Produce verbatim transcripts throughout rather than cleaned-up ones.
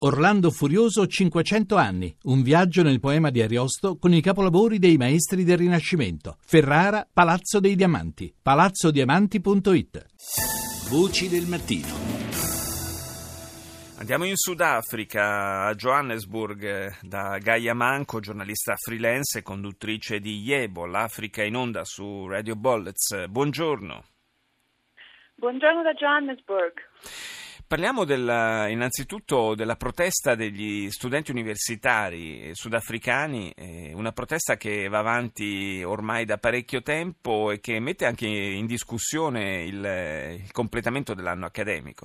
Orlando Furioso cinquecento anni, un viaggio nel poema di Ariosto con i capolavori dei maestri del Rinascimento. Ferrara, Palazzo dei Diamanti, palazzo diamanti punto it. Voci del mattino. Andiamo in Sudafrica, a Johannesburg, da Gaia Manco, giornalista freelance e conduttrice di Yebo, l'Africa in onda su Radio Bollets. Buongiorno. Buongiorno da Johannesburg. Parliamo della, innanzitutto della protesta degli studenti universitari sudafricani, eh, una protesta che va avanti ormai da parecchio tempo e che mette anche in discussione il, il completamento dell'anno accademico.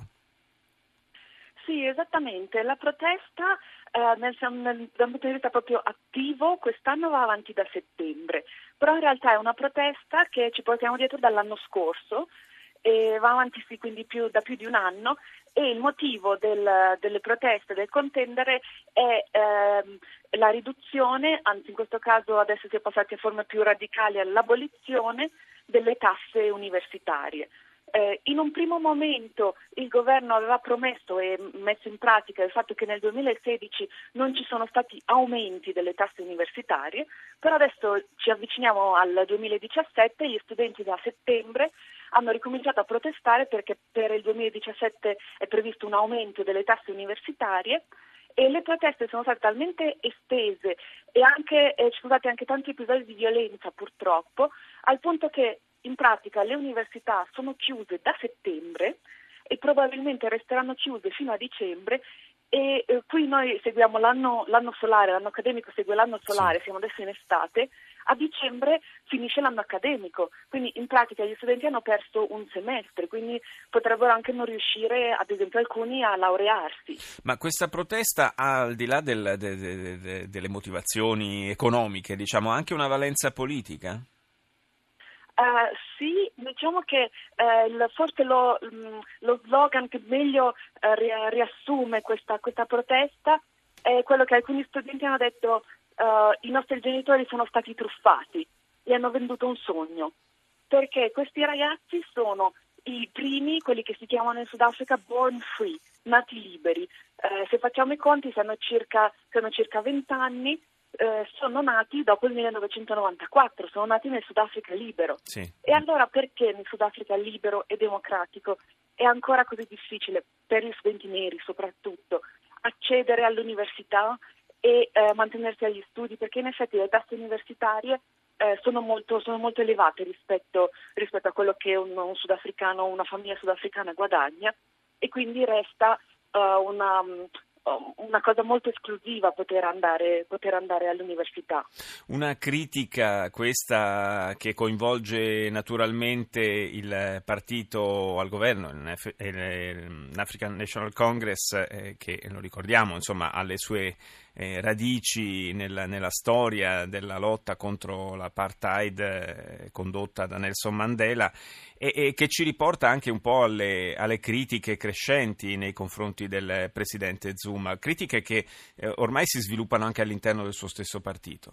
Sì, esattamente. La protesta eh, nel, nel, da un punto di vista proprio attivo quest'anno va avanti da settembre, però in realtà è una protesta che ci portiamo dietro dall'anno scorso e va avanti sì, quindi più, da più di un anno, e il motivo del, delle proteste, del contendere è ehm, la riduzione, anzi in questo caso adesso si è passati a forme più radicali all'abolizione delle tasse universitarie. Eh, in un primo momento il governo aveva promesso e messo in pratica il fatto che nel duemilasedici non ci sono stati aumenti delle tasse universitarie, però adesso ci avviciniamo al duemiladiciassette e gli studenti da settembre hanno ricominciato a protestare perché per il duemiladiciassette è previsto un aumento delle tasse universitarie e le proteste sono state talmente estese e anche, eh, ci sono stati anche tanti episodi di violenza purtroppo, al punto che in pratica le università sono chiuse da settembre e probabilmente resteranno chiuse fino a dicembre e eh, qui noi seguiamo l'anno, l'anno solare, l'anno accademico segue l'anno solare, sì. Siamo adesso in estate, a dicembre finisce l'anno accademico, quindi in pratica gli studenti hanno perso un semestre, quindi potrebbero anche non riuscire, ad esempio alcuni, a laurearsi. Ma questa protesta, al di là del, de, de, de, delle motivazioni economiche, diciamo, ha anche una valenza politica? Uh, sì, diciamo che uh, il, forse lo, um, lo slogan che meglio uh, riassume questa, questa protesta è quello che alcuni studenti hanno detto: uh, i nostri genitori sono stati truffati e hanno venduto un sogno, perché questi ragazzi sono i primi, quelli che si chiamano in Sudafrica born free, nati liberi. Uh, se facciamo i conti sono circa, sono circa venti anni. Eh, sono nati dopo il millenovecentonovantaquattro, sono nati nel Sudafrica libero. Sì. E allora perché nel Sudafrica libero e democratico è ancora così difficile per gli studenti neri soprattutto accedere all'università e eh, mantenersi agli studi? Perché in effetti le tasse universitarie eh, sono molto, sono molto elevate rispetto, rispetto a quello che un, un sudafricano, una famiglia sudafricana guadagna, e quindi resta uh, una una cosa molto esclusiva poter andare, poter andare all'università. Una critica questa che coinvolge naturalmente il partito al governo, l'African National Congress, eh, che lo ricordiamo, insomma, ha le sue eh, radici nella, nella storia della lotta contro l'apartheid eh, condotta da Nelson Mandela e, e che ci riporta anche un po' alle, alle critiche crescenti nei confronti del presidente Zuma, critiche che eh, ormai si sviluppano anche all'interno del suo stesso partito.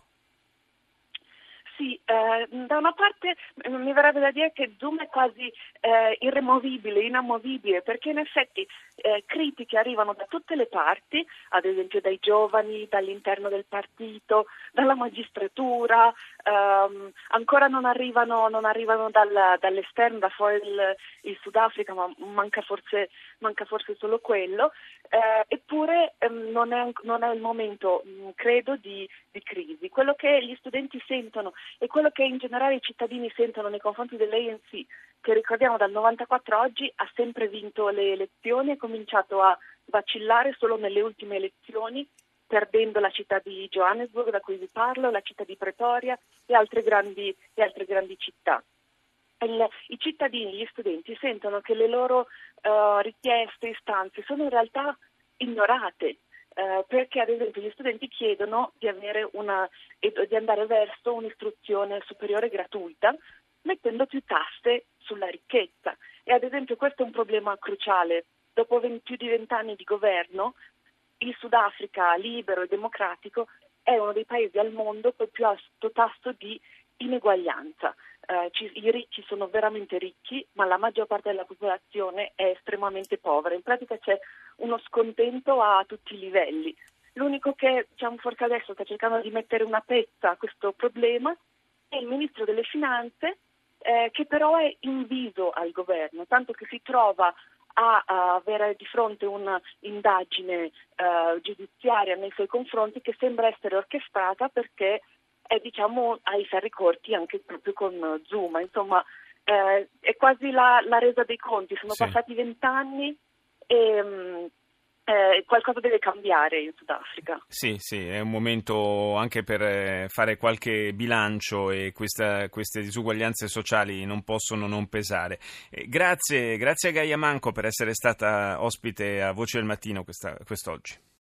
Sì, eh, da una parte mi verrebbe da dire che Zuma è quasi eh, irremovibile, inamovibile, perché in effetti eh, critiche arrivano da tutte le parti, ad esempio dai giovani, dall'interno del partito, dalla magistratura, ehm, ancora non arrivano, non arrivano dal, dall'esterno, da fuori il, il Sudafrica, ma manca forse, manca forse solo quello, eh, eppure ehm, non, è, non è il momento, mh, credo, di, di crisi. Quello che gli studenti sentono e quello che in generale i cittadini sentono nei confronti dell'A N C, che ricordiamo dal novantaquattro a oggi ha sempre vinto le elezioni, ha cominciato a vacillare solo nelle ultime elezioni, perdendo la città di Johannesburg, da cui vi parlo, la città di Pretoria e altre grandi, e altre grandi città. Il, I cittadini, gli studenti sentono che le loro uh, richieste, istanze sono in realtà ignorate. Uh, perché ad esempio gli studenti chiedono di avere una di andare verso un'istruzione superiore gratuita, mettendo più tasse sulla ricchezza. E ad esempio questo è un problema cruciale. Dopo venti, più di vent'anni di governo, il Sudafrica libero e democratico è uno dei paesi al mondo con il più alto tasso di ineguaglianza. Eh, ci, I ricchi sono veramente ricchi, ma la maggior parte della popolazione è estremamente povera. In pratica c'è uno scontento a tutti i livelli. L'unico che, diciamo, forse adesso sta cercando di mettere una pezza a questo problema è il ministro delle Finanze, eh, che però è inviso al governo, tanto che si trova a, a avere di fronte un'indagine eh, giudiziaria nei suoi confronti che sembra essere orchestrata perché è, diciamo, ai ferri corti anche proprio con Zuma. Insomma, eh, è quasi la, la resa dei conti. Sono sì. passati vent'anni e mh, eh, qualcosa deve cambiare in Sudafrica. Sì, sì, è un momento anche per fare qualche bilancio e questa, queste disuguaglianze sociali non possono non pesare. Eh, grazie, grazie a Gaia Manco per essere stata ospite a Voce del Mattino questa, quest'oggi.